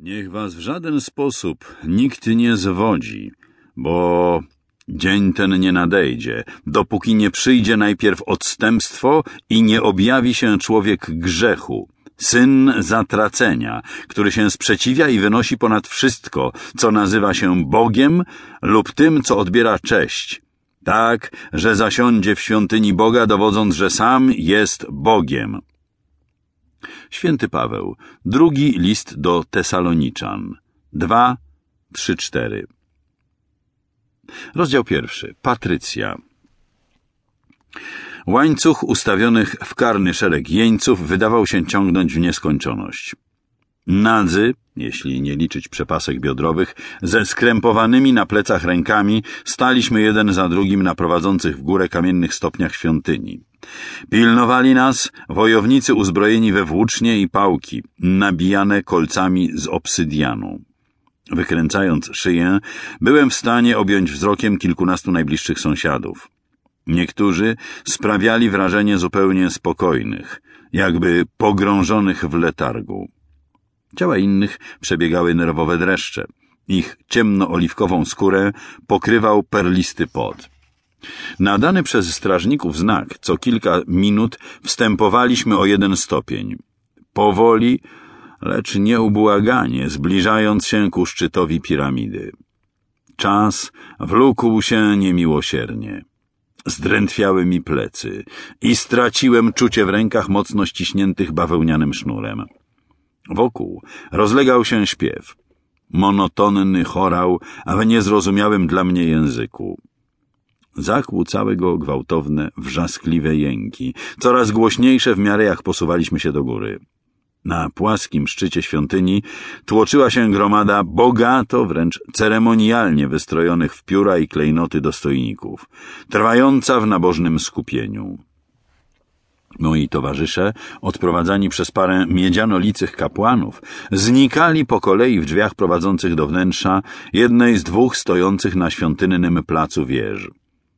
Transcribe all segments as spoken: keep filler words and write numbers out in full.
Niech was w żaden sposób nikt nie zwodzi, bo dzień ten nie nadejdzie, dopóki nie przyjdzie najpierw odstępstwo i nie objawi się człowiek grzechu, syn zatracenia, który się sprzeciwia i wynosi ponad wszystko, co nazywa się Bogiem lub tym, co odbiera cześć, tak, że zasiądzie w świątyni Boga, dowodząc, że sam jest Bogiem. Święty Paweł, drugi list do Tesaloniczan, dwa, trzy, cztery. Rozdział pierwszy. Patrycja. Łańcuch ustawionych w karny szereg jeńców wydawał się ciągnąć w nieskończoność. Nadzy, jeśli nie liczyć przepasek biodrowych, ze skrępowanymi na plecach rękami staliśmy jeden za drugim na prowadzących w górę kamiennych stopniach świątyni. Pilnowali nas wojownicy uzbrojeni we włócznie i pałki, nabijane kolcami z obsydianu. Wykręcając szyję, byłem w stanie objąć wzrokiem kilkunastu najbliższych sąsiadów. Niektórzy sprawiali wrażenie zupełnie spokojnych, jakby pogrążonych w letargu. Ciała innych przebiegały nerwowe dreszcze. Ich ciemno-oliwkową skórę pokrywał perlisty pot. Nadany przez strażników znak co kilka minut wstępowaliśmy o jeden stopień. Powoli, lecz nieubłaganie, zbliżając się ku szczytowi piramidy. Czas wlókł się niemiłosiernie. Zdrętwiały mi plecy i straciłem czucie w rękach mocno ściśniętych bawełnianym sznurem. Wokół rozlegał się śpiew. Monotonny chorał, a w niezrozumiałym dla mnie języku. Zakłócały go gwałtowne, wrzaskliwe jęki, coraz głośniejsze w miarę jak posuwaliśmy się do góry. Na płaskim szczycie świątyni tłoczyła się gromada bogato, wręcz ceremonialnie wystrojonych w pióra i klejnoty dostojników, trwająca w nabożnym skupieniu. Moi towarzysze, odprowadzani przez parę miedzianolicych kapłanów, znikali po kolei w drzwiach prowadzących do wnętrza jednej z dwóch stojących na świątynnym placu wież.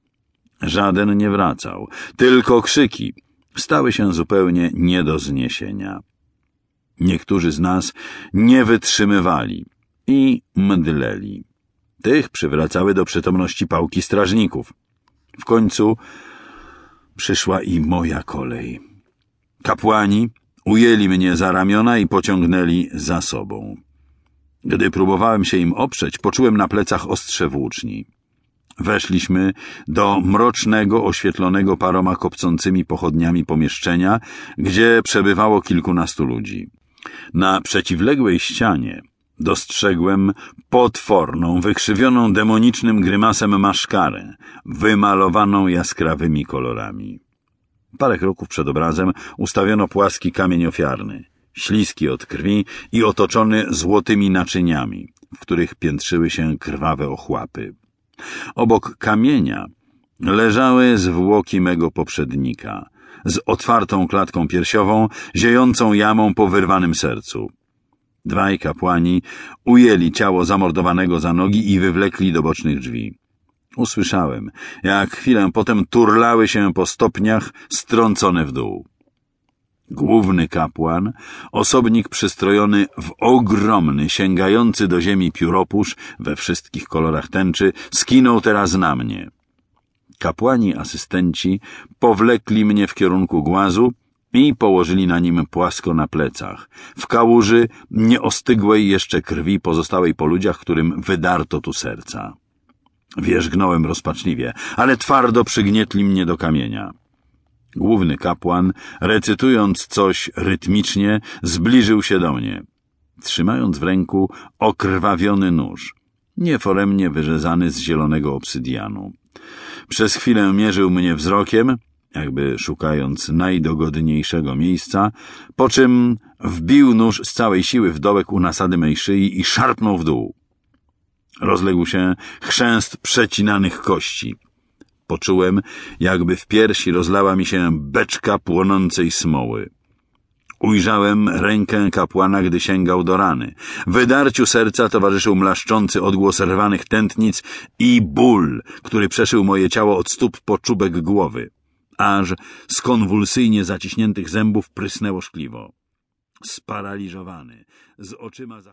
Żaden nie wracał, tylko krzyki stały się zupełnie nie do zniesienia. Niektórzy z nas nie wytrzymywali i mdleli. Tych przywracały do przytomności pałki strażników. W końcu przyszła i moja kolej. Kapłani ujęli mnie za ramiona i pociągnęli za sobą. Gdy próbowałem się im oprzeć, poczułem na plecach ostrze włóczni. Weszliśmy do mrocznego, oświetlonego paroma kopcącymi pochodniami pomieszczenia, gdzie przebywało kilkunastu ludzi. Na przeciwległej ścianie dostrzegłem potworną, wykrzywioną demonicznym grymasem maszkarę, wymalowaną jaskrawymi kolorami. Parę kroków przed obrazem ustawiono płaski kamień ofiarny, śliski od krwi i otoczony złotymi naczyniami, w których piętrzyły się krwawe ochłapy. Obok kamienia leżały zwłoki mego poprzednika, z otwartą klatką piersiową, ziejącą jamą po wyrwanym sercu. Dwaj kapłani ujęli ciało zamordowanego za nogi i wywlekli do bocznych drzwi. Usłyszałem, jak chwilę potem turlały się po stopniach strącone w dół. Główny kapłan, osobnik przystrojony w ogromny, sięgający do ziemi pióropusz we wszystkich kolorach tęczy, skinął teraz na mnie. Kapłani asystenci powlekli mnie w kierunku głazu i położyli na nim płasko na plecach, w kałuży nieostygłej jeszcze krwi pozostałej po ludziach, którym wydarto tu serca. Wierzgnąłem rozpaczliwie, ale twardo przygnietli mnie do kamienia. Główny kapłan, recytując coś rytmicznie, zbliżył się do mnie, trzymając w ręku okrwawiony nóż, nieforemnie wyrzezany z zielonego obsydianu. Przez chwilę mierzył mnie wzrokiem, jakby szukając najdogodniejszego miejsca, po czym wbił nóż z całej siły w dołek u nasady mej szyi i szarpnął w dół. Rozległ się chrzęst przecinanych kości. Poczułem, jakby w piersi rozlała mi się beczka płonącej smoły. Ujrzałem rękę kapłana, gdy sięgał do rany. Wydarciu serca towarzyszył mlaszczący odgłos rwanych tętnic i ból, który przeszył moje ciało od stóp po czubek głowy, aż z konwulsyjnie zaciśniętych zębów prysnęło szkliwo. Sparaliżowany, z oczyma